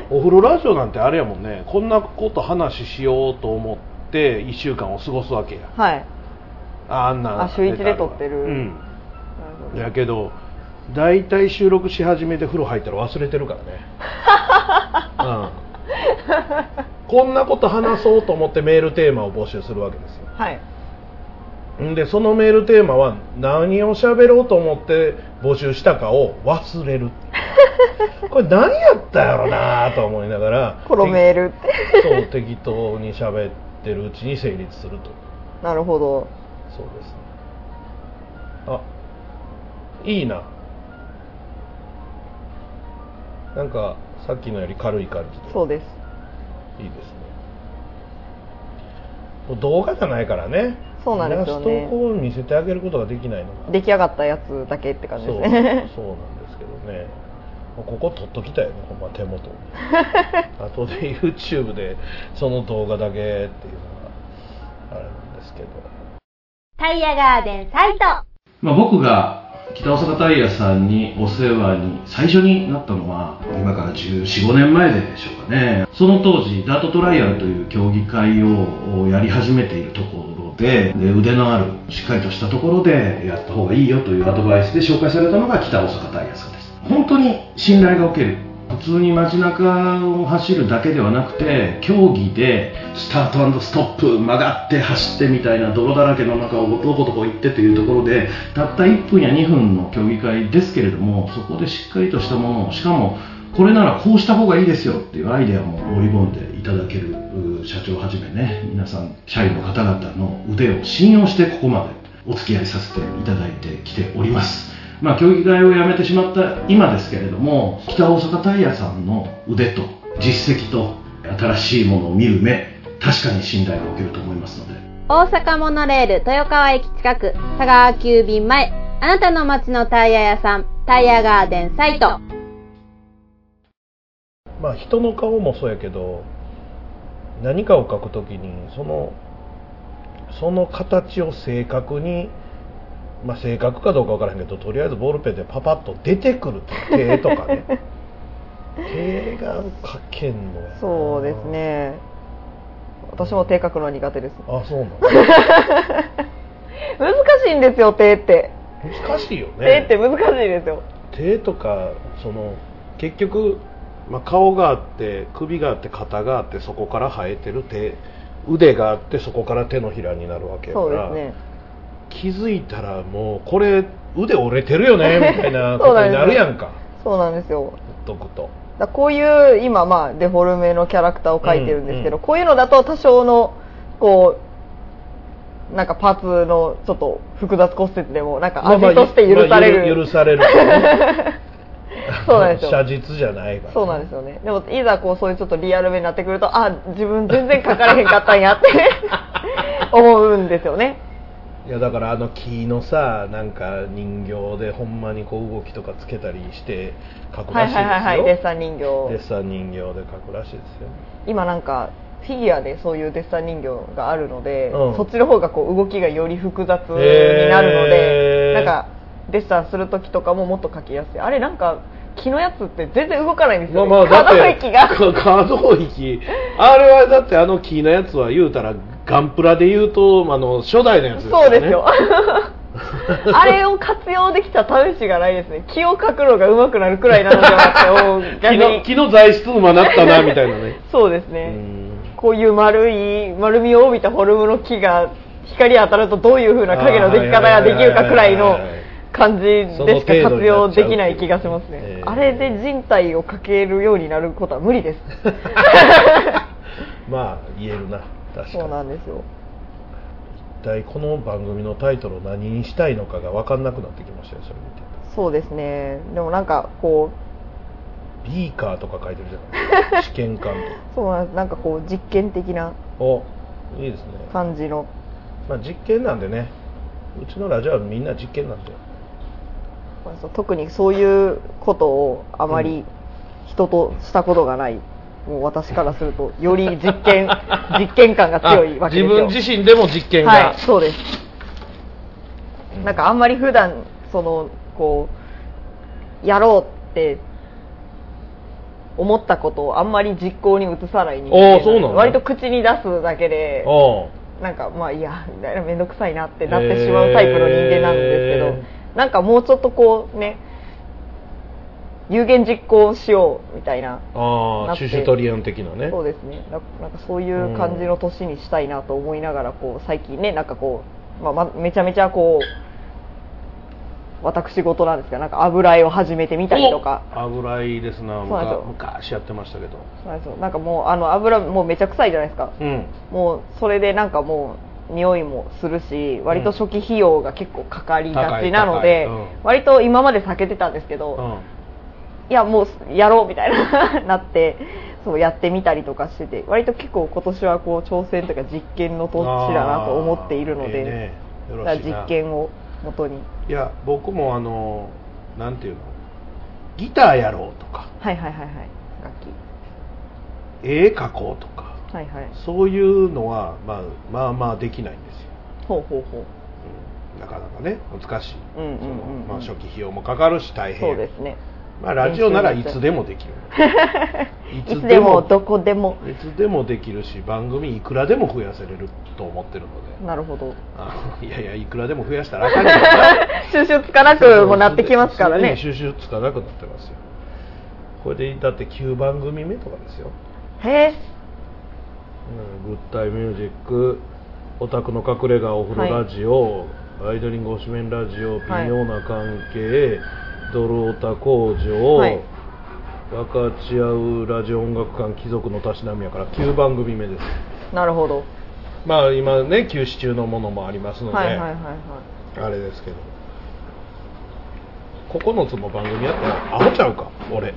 お風呂ラジオなんてあれやもんね、こんなこと話しようと思って1週間を過ごすわけや。 はい。 あんな週1で撮ってる。 やけどだいたい収録し始めて風呂入ったら忘れてるからね。こんなこと話そうと思ってメールテーマを募集するわけですよ。 はい。 でそのメールテーマは何を喋ろうと思って募集したかを忘れる。これ何やったやろなと思いながらこのメールそう適当に喋ってるうちに成立すると。 なるほど。 そうですね。いいな。なんかさっきのより軽い感じで。 そうです。 いいですね。もう動画じゃないからね。 そうなんですよね。 イラストをこう見せてあげることができないのが出来上がったやつだけって感じですね。 そうなんですけどね。ここ撮っときたいね、ほんま手元に。あとで YouTube でその動画だけっていうのがあれなんですけど。 タイヤガーデンサイト。 僕が北大阪タイヤさんにお世話に最初になったのは今から14、15年前でしょうかね。その当時ダートトライアルという競技会をやり始めているところろで、腕のあるしっかりとしたところでやった方がいいよというアドバイスで紹介されたのが北大阪タイヤさんです。本当に信頼がおける。普通に街中を走るだけではなくて、競技でスタート&ストップ、曲がって走ってみたいな泥だらけの中をどこどこ行ってというところで、たった1分や2分の競技会ですけれども、そこでしっかりとしたものを、しかもこれならこうした方がいいですよっていうアイデアも盛り込んでいただける社長はじめね、皆さん社員の方々の腕を信用してここまでお付き合いさせていただいてきております。競技会をやめてしまった今ですけれども、北大阪タイヤさんの腕と実績と新しいものを見る目、確かに信頼がおけると思いますので。 大阪モノレール豊川駅近く、佐川急便前、あなたの街のタイヤ屋さん、タイヤガーデンサイト。 人の顔もそうやけど、何かを描くときにその形を正確に、正確かどうか分からへんけど、とりあえずボールペンでパパッと出てくる手とかね手が描けんのやな。 そうですね、私も手描くのは苦手です。 あ、そうなの難しいんですよ、手って。 難しいよね。 手って難しいですよ。 手とか結局、顔があって首があって肩があって、そこから生えてる手、腕があってそこから手のひらになるわけやから。そうですね。気づいたらもうこれ腕折れてるよねみたいなことになるやんか。 そうなんですよ。 ほっとくと。 こういう今デフォルメのキャラクターを描いてるんですけど、こういうのだと多少のなんかパーツのちょっと複雑骨折でもなんか味として許される。 許される。 そうなんですよ。 写実じゃないから、ね。そうなんですよね。 でもいざそういうちょっとリアルめになってくると、自分全然描かれへんかったんやって思うんですよね。 いやだから木のさ、なんか人形でほんまに動きとかつけたりして描くらしいですよ。 デッサン人形。 デッサン人形で描くらしいですよ。 今なんかフィギュアでそういうデッサン人形があるので、そっちの方が動きがより複雑になるので、なんかデッサンする時とかももっと描きやすい。あれなんか木のやつって全然動かないんですよ、ね。可動域が。 可動域。あれはだって木のやつは言うたらガンプラで言うと初代のやつですよね。そうですよ。あれを活用できた試しがないですね。木を描くのが上手くなるくらいなのではって木の材質馬なったなみたいなね。 そうですね。こういう丸みを帯びたフォルムの木が光当たるとどういう風な影のでき方ができるかくらいの感じでしか活用できない気がしますね。あれで人体を描けるようになることは無理です。 言えるな。確かに。 そうなんですよ。 一体この番組のタイトルを何にしたいのかが分かんなくなってきましたよ、それ見て。 そうですね。でもなんかビーカーとか書いてるじゃない試験管とか。 そうなんです。なんか実験的ないいですね。 感じの。 実験なんでね。うちのラジオはみんな実験なんで。 特にそういうことをあまり人としたことがない。もう私からするとより実験感が強いわけですよ。 自分自身でも実験が。 はい、そうです。なんかあんまり普段やろうって思ったことをあんまり実行に移さない人間。そうなの？割と口に出すだけで、なんかいやめんどくさいなってなってしまうタイプの人間なんですけど、なんかもうちょっと有言実行しようみたいな。 シュシュトリアン的なね。 そうですね。なんかそういう感じの年にしたいなと思いながら最近ね、なんかめちゃめちゃ私事なんですけど、なんか油絵を始めてみたりとか。 油絵ですな。昔やってましたけど。 そうですよ。なんかもう油もうめちゃ臭いじゃないですか。もうそれでなんかもう匂いもするし、割と初期費用が結構かかりがちなので、割と今まで避けてたんですけど、いやもうやろうみたいななってやってみたりとかしてて、割と結構今年は挑戦というか実験の年だなと思っているので、実験を元に。 いや僕もなんていうの、ギターやろうとか、 楽器、 絵描こうとか、そういうのはまあできないんですよ。なかなかね難しい。初期費用もかかるし大変。 そうですね。 まあラジオならいつでもできるいつでもどこでもいつでもできるし、番組いくらでも増やせれると思ってるので。 なるほど。 いやいや、いくらでも増やしたらあかんねんな収集つかなくもなってきますからね。 収集つかなくなってますよ。これでだって9番組目とかですよ。 へえ。 グッタイミュージック、オタクの隠れ家お風呂ラジオ、アイドリング推しメンラジオ、微妙な関係、ドルオタ工場、分かち合うラジオ音楽館貴族のたしなみやから9番組目です。 なるほど。 まあ今ね休止中のものもありますので、あれですけど、9つも番組やったらアホちゃうか俺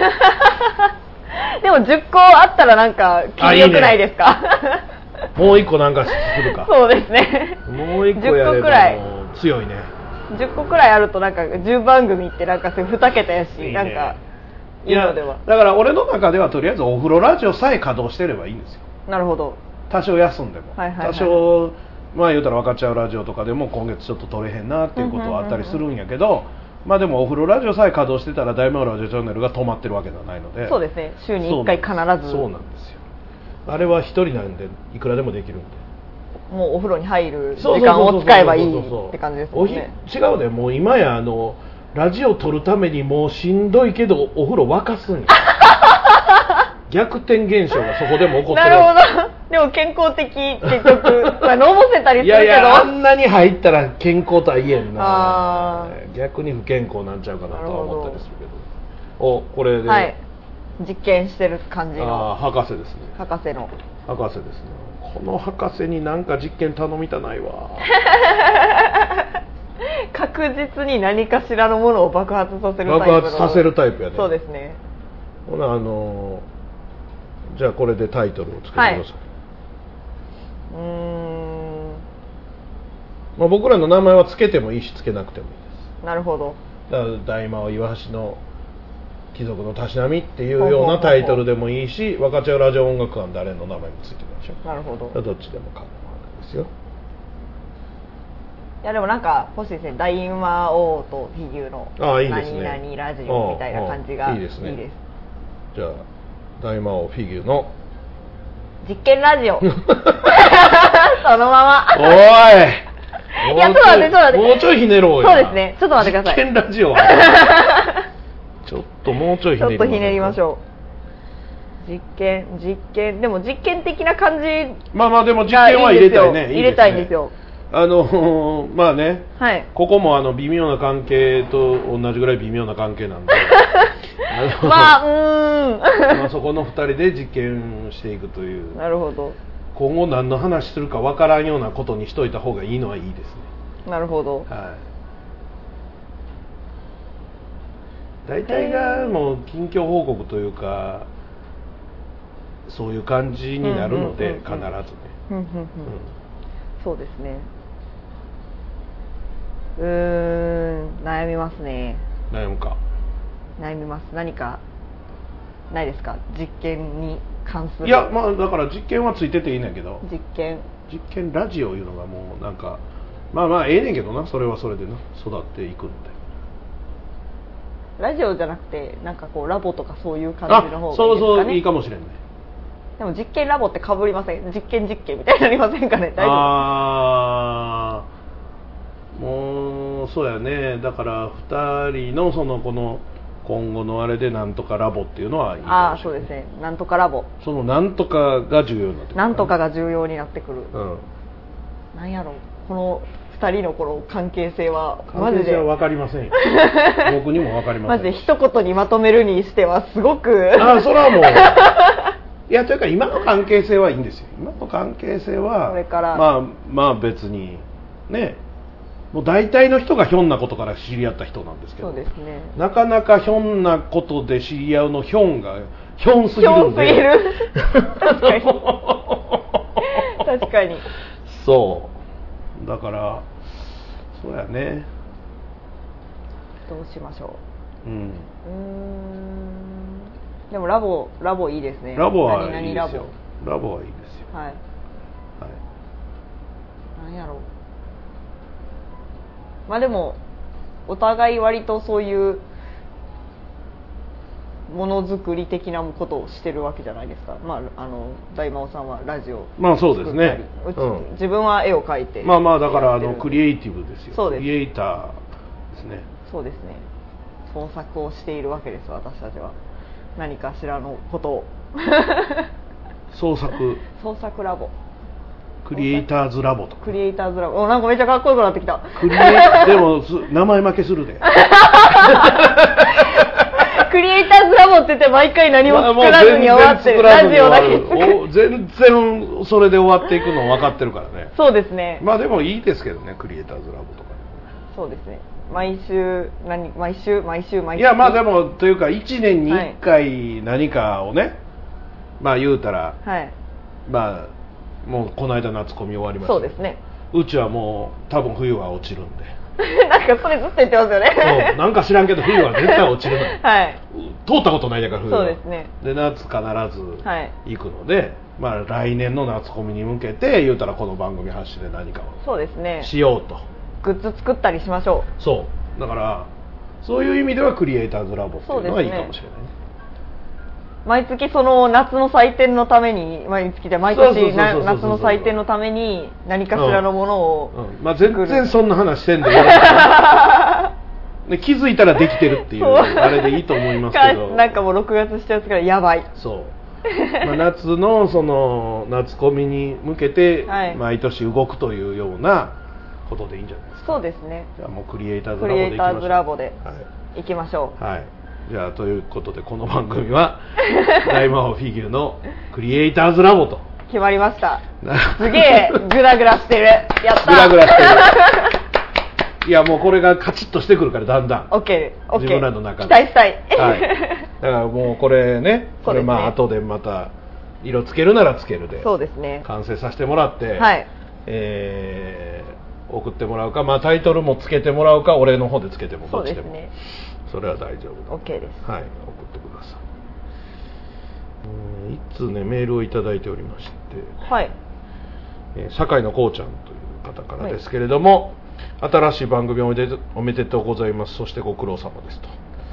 でも10個あったらなんか気良くないですか？ もう1個なんかするか。 そうですね。 もう1個やればもう強いね。 10個くらいあるとなんか10番組ってなんか2桁やし、なんかいいのでは。 だから俺の中ではとりあえずお風呂ラジオさえ稼働してればいいんですよ。 なるほど。 多少休んでも、多少まあ言うたら分かっちゃうラジオとかでも今月ちょっと撮れへんなっていうことはあったりするんやけど、まあでもお風呂ラジオさえ稼働してたら大魔王ラジオチャンネルが止まってるわけではないので。 そうですね。週に1回必ず。 そうなんですよ。あれは一人なんでいくらでもできるんで。 もうお風呂に入る時間を使えばいいって感じですもんね。 違うね。もう今やラジオ撮るためにもうしんどいけどお風呂沸かすんや逆転現象がそこでも起こってる。 なるほど。でも健康的結局のぼせたりするけど。 いやあんなに入ったら健康とは言えんな。逆に不健康になっちゃうかなとは思ったりするけど。これで、 実験してる感じの。 博士ですね。 博士ですね。 この博士になんか実験頼みたないわ確実に何かしらのものを爆発させるタイプの。 爆発させるタイプやね。 そうですね。 ほなじゃあこれでタイトルをつけてください。まあ、僕らの名前はつけてもいいしつけなくてもいいです。 なるほど。 だから大魔王岩橋の貴族のたしなみっていうようなタイトルでもいいし、分かち合うラジオ音楽館誰の名前もついてるでしょ。 なるほど。 どっちでも構わないですよ。 いやでもなんか欲しいですね。大魔王とフィギュの何々ラジオみたいな感じがいいですね。いいです。 じゃあ大魔王フィギュの実験ラジオそのまま。 おいいや、ちょっと待って。 もうちょいひねろうよ。 そうですね。ちょっと待ってください。 実験ラジオちょっともうちょいひねりましょう。実験でも実験的な感じ。 まあでも実験は入れたいね。 入れたいんですよ。 まあね、ここも微妙な関係と同じぐらい微妙な関係なんでまあそこの2人で実験していくという。 なるほど。 今後何の話するか分からんようなことにしといた方がいいのはいいですね。 なるほど。 大体がもう近況報告というかそういう感じになるので必ずね。 そうですね。悩みますね。 悩むか。 悩みます。何かないですか、実験に関する。 いやまあだから実験はついてていいんだけど、 実験ラジオいうのがもうなんかまあええねんけどな、それはそれでな育っていくので。 ラジオじゃなくてなんかこうラボとかそういう感じの方がいいですかね。 そういいかもしれんね。 でも実験ラボって被りません？実験みたいになりませんかね。大丈夫？ もうそうやね。だから2人のこの今後のあれでなんとかラボっていうのはいいかもしれない。 そうですね。なんとかラボ。 そのなんとかが重要になってくる。 なんとかが重要になってくる。なんやろう、この2人のこの関係性はマジで。 関係性は分かりませんよ。僕にも分かりません。 マジで一言にまとめるにしてはすごく。 それはもう。いやというか今の関係性はいいんですよ。今の関係性はこれからまあ別にね。もう大体の人がひょんなことから知り合った人なんですけど、 そうですね、 なかなかひょんなことで知り合うのひょんすぎるんで確かにそうだからそうやね。 どうしましょう。でもラボいいですね。 ラボはいいですよ。ラボはいいですよ。 はい。なんやろう。まあでもお互い割とそういうものづくり的なことをしてるわけじゃないですか。大魔王さんはラジオ、 まあそうですね、 自分は絵を描いて、 まあだからクリエイティブですよ。 そうです、 クリエイターですね。 そうですね。創作をしているわけです。私たちは何かしらのことを創作ラボ、 クリエイターズラボとか。 クリエイターズラボ、なんかめっちゃかっこよくなってきた。 でも名前負けするでクリエイターズラボって言って毎回何も作らずに終わってる、ラジオだけ全然それで終わっていくの分かってるからね。 そうですね。 まあでもいいですけどね、クリエイターズラボとか。 そうですね。毎週いやまあでもというか1年に1回何かをね、まあ言うたら、まあもうこの間夏コミ終わりました。 そうですね。 うちはもう多分冬は落ちるんでなんかそれずっと言ってますよね。 そう、なんか知らんけど冬は絶対落ちるのはい通ったことないだから冬は。 そうですね。 で夏必ず行くので、まあ来年の夏コミに向けて言うたらこの番組発信で何かをそうですねしようと。 グッズ作ったりしましょう。そうだからそういう意味ではクリエイターズラボっていうのはいいかもしれないね。 毎月その夏の祭典のために毎年夏の祭典のために何かしらのものを、 まあ全然そんな話してんでで気づいたらできてるっていうあれでいいと思いますけどなんかもう6月7月からやばい。 そう、まあ、夏のその夏コミに向けて毎年動くというようなことでいいんじゃないですか。 そうですね。 じゃあもうクリエイターズラボでいきましょう。 はい、じゃあということでこの番組は大魔王フィギュアのクリエイターズラボと決まりました。すげえグラグラしてる。やった。 グラグラしてる。いやもうこれがカチッとしてくるからだんだん。 OK。 自分らの中で。期待したい。 はい。だからもうこれね、これまあ後でまた色つけるならつけるで。 そうですね。 完成させてもらって。 はい。 送ってもらうか、まあタイトルもつけてもらうか、俺の方でつけてもどっちでも。 そうですね。 それは大丈夫。 OK です。 はい、送ってください。一通ねメールをいただいておりまして、 はい。 堺のこうちゃんという方からですけれども、はい、新しい番組おめでとうございます。そしてご苦労様ですと。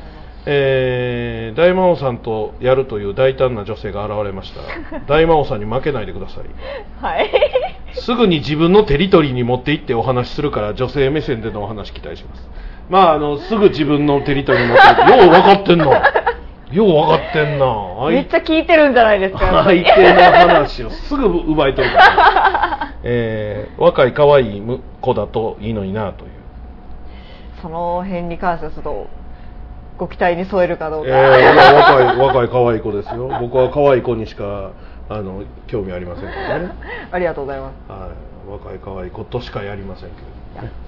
大魔王さんとやるという大胆な女性が現れました。大魔王さんに負けないでください。 はい。 すぐに自分のテリトリーに持って行ってお話しするから女性目線でのお話期待します。まあすぐ自分のテリトリーに持って行ってよう分かってんの。よう分かってんな。 めっちゃ聞いてるんじゃないですか。 相手の話をすぐ奪い取るから、若い可愛い子だといいのになという。 その辺に関してはちょっとご期待に添えるかどうか。 若い可愛い子ですよ。僕は可愛い子にしか興味ありませんけどね。 ありがとうございます。 はい、若い可愛い子としかやりませんけど、ね。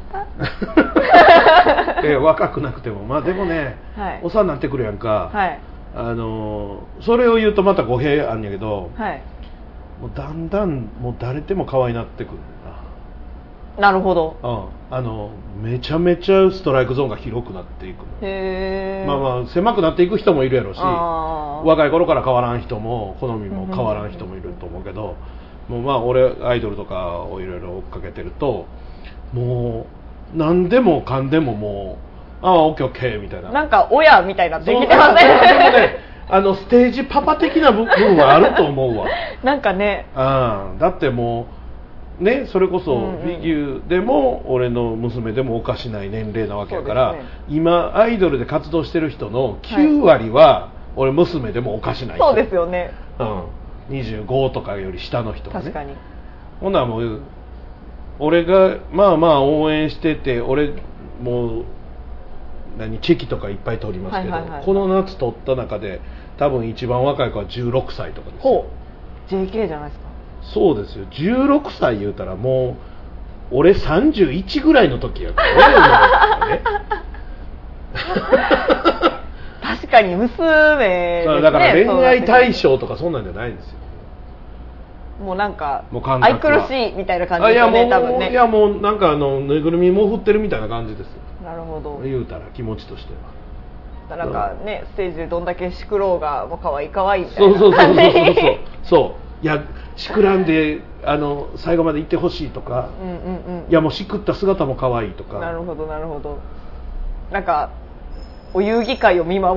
若くなくてもまあでもね、 はい、 お世話になってくるやんか、 はい、 それを言うとまた語弊あんやけど、 はい、 もうだんだんもう誰でも可愛いなってくるな。なるほど。 めちゃめちゃストライクゾーンが広くなっていくの。 へー。 まあまあ狭くなっていく人もいるやろし、若い頃から変わらん人も好みも変わらん人もいると思うけど、もうまあ俺アイドルとかをいろいろ追っかけてるともう何でもかんでももうオッケーオッケーみたいな、 なんか親みたいになってきてません？ でもねステージパパ的な部分はあると思うわ。 なんかね、 だってもうね、それこそフィギュアでも俺の娘でもおかしない年齢なわけだから、ね、今アイドルで活動してる人の9割は俺娘でもおかしない。 そうですよね。 25とかより下の人がね。 確かに。 ほんならもう俺がまあまあ応援してて、俺もうチェキとかいっぱい取りますけど、この夏取った中で多分一番若い子は16歳とかですよ。 JK じゃないですか。 そうですよ。16歳言うたらもう俺31ぐらいの時やからね。 確かに娘ですね。 だから恋愛対象とかそんなんじゃないんですよ。 もうなんか愛くるしいみたいな感じですよね、多分ね。 いやもうなんかぬいぐるみも振ってるみたいな感じですよ。 なるほど。 言うたら気持ちとしては。 なんかね、ステージでどんだけしくろうがもう可愛い可愛いみたいな。そういやしくらんで最後まで行ってほしいとか、いやもうしくった姿も可愛いとか。 なるほどなるほど。なんかお遊戯会を見守って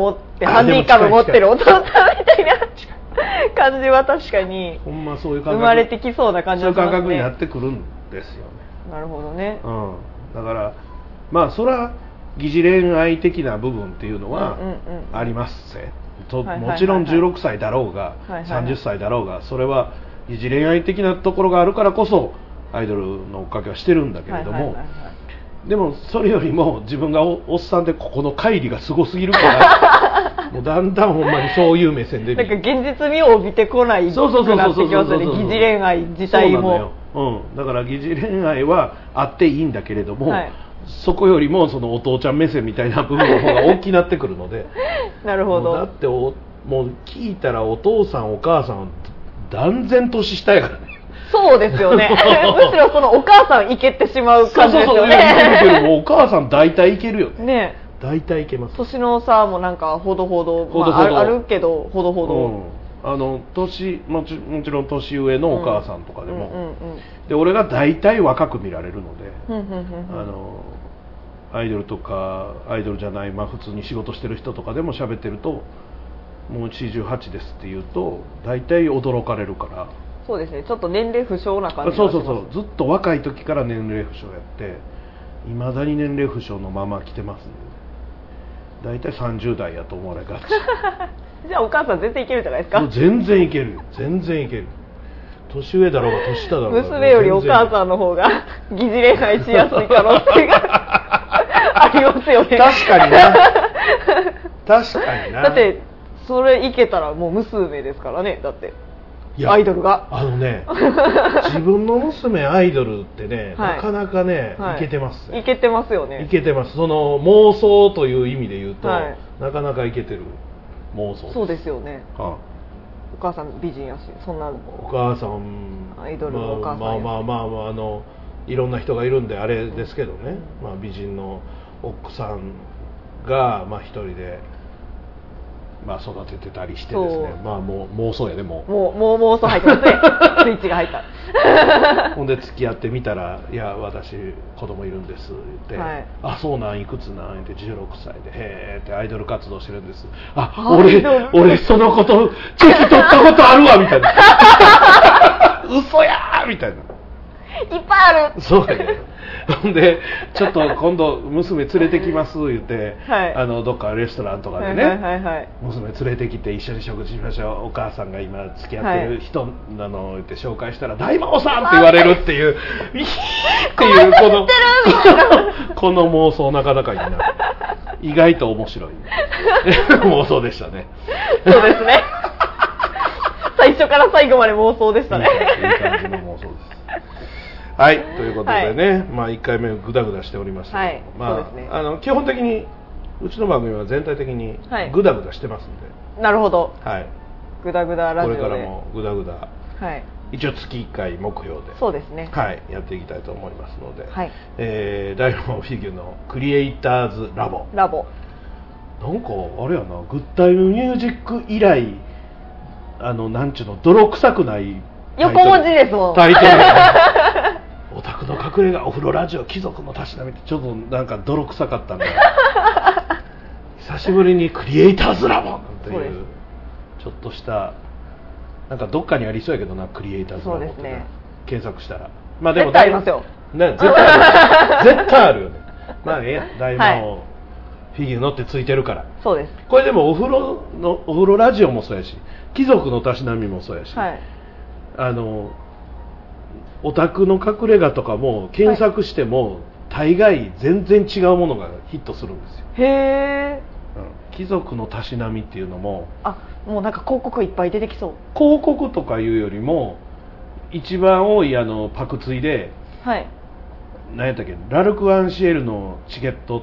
ってハンディカム持ってるお父さんみたいな感じは確かにほんまそういう感覚生まれてきそうな感じがしますね。 そういう感覚になってくるんですよね。 なるほどね、 だからまあそれは疑似恋愛的な部分っていうのはありますね、もちろん16歳だろうが30歳だろうがそれは疑似恋愛的なところがあるからこそアイドルの追っかけはしてるんだけれども、でもそれよりも自分が おっさんでここの乖離がすごすぎるからもうだんだんほんまにそういう目線でなんか現実味を帯びてこないくなってきますよね、疑似恋愛自体も。 だから疑似恋愛はあっていいんだけれども、そこよりもそのお父ちゃん目線みたいな部分の方が大きくなってくるのでなるほど。 だってもう聞いたらお父さんお母さん断然年下やからね。 そうですよねむしろそのお母さんいけてしまう感じですよね。 もうお母さん大体いけるよね。 ね、 大体いけます。 年の差もなんかほどほど、あるけどほどほど、 もちろん年上のお母さんとかでも、で俺が大体若く見られるので、アイドルとかアイドルじゃない、普通に仕事してる人とかでも喋ってるともう48ですって言うと大体驚かれるから。 そうですね、ちょっと年齢不詳な感じがします。 そうずっと若い時から年齢不詳やっていまだに年齢不詳のまま来てますんで、大体30代やと思われがちじゃあお母さん全然いけるじゃないですか。 全然いける、全然いける。年上だろうが年下だろうが娘よりお母さんの方が疑似恋愛しやすい可能性がありますよね。 確かにな確かにな。 だってそれいけたらもう娘ですからね。だってアイドルが自分の娘アイドルってね、なかなかね、いけてますね。 いけてますよね。 いけてます。その妄想という意味で言うと、なかなかいけてる妄想。 そうですよね、お母さん美人やし、そんなお母さんアイドルのお母さんやいろんな人がいるんであれですけどね、美人の奥さんが一人で育ててたりしてですね、もう妄想やでもう妄想入ってますねスイッチが入ったほんで付き合ってみたら、いや私子供いるんです言って、あそうなんいくつなんって16歳でへーってアイドル活動してるんです。俺そのことチェキ取ったことあるわみたいな嘘やーみたいな、 いっぱいある。 そうやね。ほんでちょっと今度娘連れてきます言って、どっかレストランとかでね、娘連れてきて一緒に食事しましょう、お母さんが今付き合ってる人なの言って紹介したら大魔王さんって言われるっていうっていうこの妄想なかなかいいな。意外と面白い妄想でしたね。 そうですね最初から最後まで妄想でしたね。 いい感じの妄想です。はい、ということでね、1回目グダグダしておりましたけど、基本的にうちの番組は全体的にグダグダしてますんで。 なるほど。グダグダラジオでこれからもグダグダ、一応月1回目標でそうですね、 やっていきたいと思いますので、ダイナモフィギュのクリエイターズラボなんかあれやな、グッタイムミュージック以来なんちゅうの泥臭くない横文字ですもんタイトルオタクの隠れ家お風呂ラジオ貴族のたしなみってちょっとなんか泥臭かったんで久しぶりにクリエイターズラボなんていうちょっとしたなんかどっかにありそうやけどな、クリエイターズラボってね、検索したらでも絶対ありますよね、絶対あるよね大魔王フィギュアのってついてるから。 そうです。 これでもお風呂ラジオもそうやし貴族のたしなみもそうやし、オタクの隠れ家とかも検索しても、大概全然違うものがヒットするんですよ。 へー、貴族のたしなみっていうのももうなんか広告いっぱい出てきそう。 広告とかいうよりも一番多いパクツイで、何やったっけ、ラルク・アンシエルのチケットって、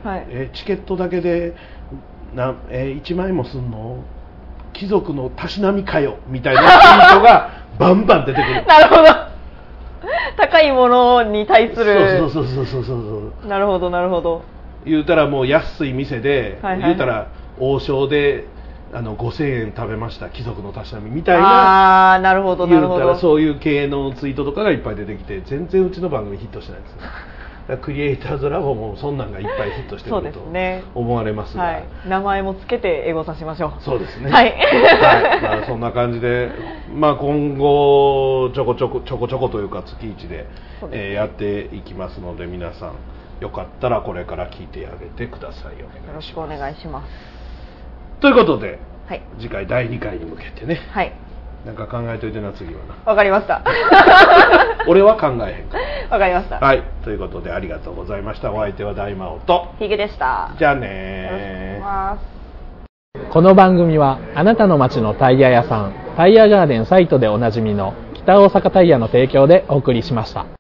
チケットだけで1万円もすんの、貴族のたしなみかよみたいなツイートがバンバン出てくるなるほど、高いものに対するそうなるほどなるほど。 言うたらもう安い店で、言うたら王将で5000円食べました貴族のたしなみみたいな、 なるほどなるほど、 言うたらそういう系のツイートとかがいっぱい出てきて全然うちの番組ヒットしないですよクリエイターズラボもそんなんがいっぱいヒットしてると思われますが、 はい、名前もつけてエゴサしましょう。 そうですね。 はい。 はい、そんな感じで、今後ちょこちょこというか月1で、やっていきますので、皆さんよかったらこれから聞いてあげてください。よろしくお願いします。 ということで、 はい、 次回第2回に向けてね。 はい。 なんか考えといてな、次はな。 わかりました。 俺は考えへんから。 わかりました。 はい、ということでありがとうございました。お相手は大魔王とヒゲでした。 じゃあね。 よろしくお願いします。 この番組はあなたの街のタイヤ屋さん、タイヤガーデンサイトでおなじみの北大阪タイヤの提供でお送りしました。